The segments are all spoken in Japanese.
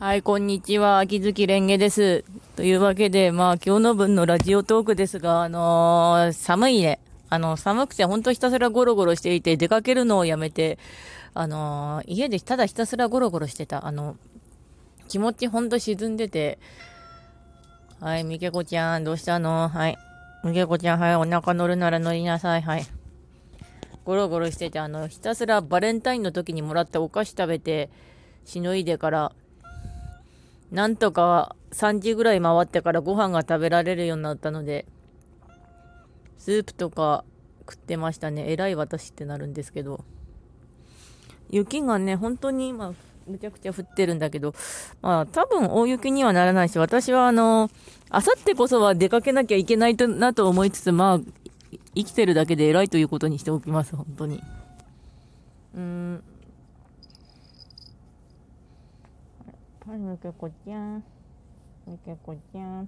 はい、こんにちは。秋月蓮華です。というわけで、今日の分のラジオトークですが、寒いね。寒くて本当ひたすらゴロゴロしていて、出かけるのをやめて、家でただひたすらゴロゴロしてた。気持ちほんと沈んでて、はい、みけこちゃん、どうしたの？はい。みけこちゃん、はい、お腹乗るなら乗りなさい。はい。ゴロゴロしてて、ひたすらバレンタインの時にもらったお菓子食べて、しのいでから、なんとか3時ぐらい回ってからご飯が食べられるようになったので、スープとか食ってましたね。えらい私ってなるんですけど。雪がね、本当に今、むちゃくちゃ降ってるんだけど、多分大雪にはならないし、私はあさってこそは出かけなきゃいけないなと思いつつ、生きてるだけで偉いということにしておきます、本当に。はい、みけこちゃん。みけこちゃん。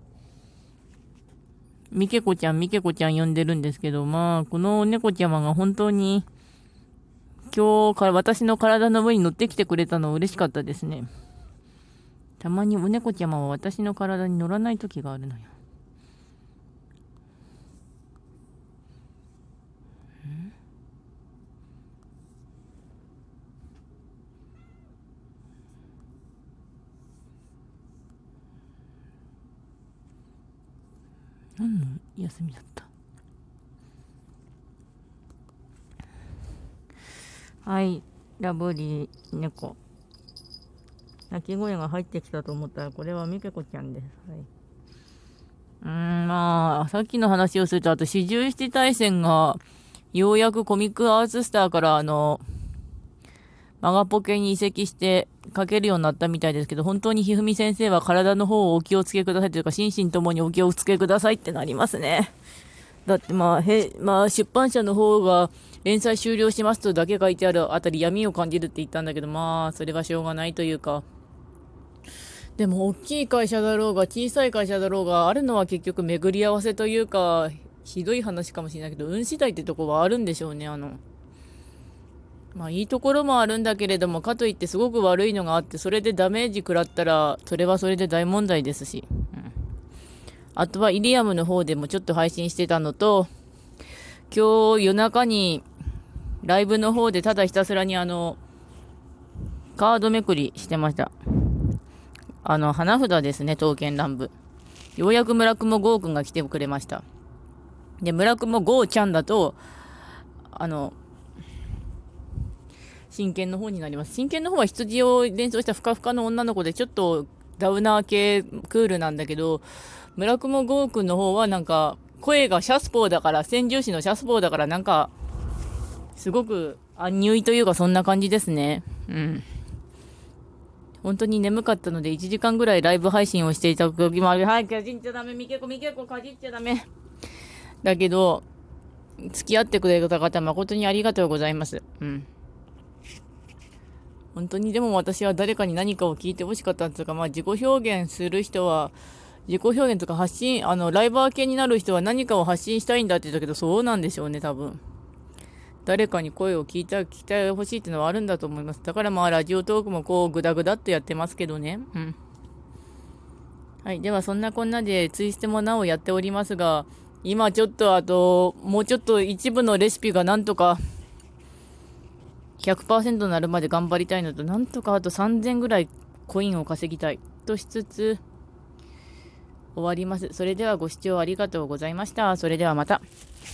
みけこちゃん、みけこちゃん呼んでるんですけど、この猫ちゃまが本当に今日から私の体の上に乗ってきてくれたの嬉しかったですね。たまにお猫ちゃまは私の体に乗らない時があるのよ。何の休みだった？はい、ラブリー猫。鳴き声が入ってきたと思ったら、これはみけこちゃんです。はい。さっきの話をすると、あと、四十七大戦が、ようやくコミックアーツスターからマガポケに移籍して書けるようになったみたいですけど、本当にひふみ先生は体の方をお気をつけくださいというか、心身ともにお気をつけくださいってなりますね。だって出版社の方が連載終了しますとだけ書いてあるあたり闇を感じるって言ったんだけど、それはしょうがないというか。でも大きい会社だろうが小さい会社だろうがあるのは結局巡り合わせというか、ひどい話かもしれないけど、運次第ってとこはあるんでしょうね。いいところもあるんだけれども、かといってすごく悪いのがあって、それでダメージ食らったら、それはそれで大問題ですし。あとはイリアムの方でもちょっと配信してたのと、今日夜中にライブの方でただひたすらにカードめくりしてました。花札ですね、刀剣乱舞。ようやく村雲ゴーくんが来てくれました。で、村雲ゴーちゃんだと、真剣の方になります。真剣の方は羊を連想したふかふかの女の子でちょっとダウナー系クールなんだけど、村雲ゴーくんの方はなんか声がシャスポーだから、戦重視のシャスポーだからなんか、すごく安入というかそんな感じですね。うん。本当に眠かったので1時間ぐらいライブ配信をしていた時もある。はい、かじっちゃダメ。みけこかじっちゃダメ。だけど、付き合ってくれた方誠にありがとうございます。うん。本当にでも私は誰かに何かを聞いてほしかったんですが、自己表現する人は、自己表現とか発信、ライバー系になる人は何かを発信したいんだって言ったけど、そうなんでしょうね、多分。誰かに声を聞きたいほしいっていうのはあるんだと思います。だからラジオトークもこう、グダグダっとやってますけどね。うん。はい。では、そんなこんなで、ツイステもなおやっておりますが、今ちょっともうちょっと一部のレシピがなんとか、100% になるまで頑張りたいのと、なんとかあと3000ぐらいコインを稼ぎたいとしつつ、終わります。それではご視聴ありがとうございました。それではまた。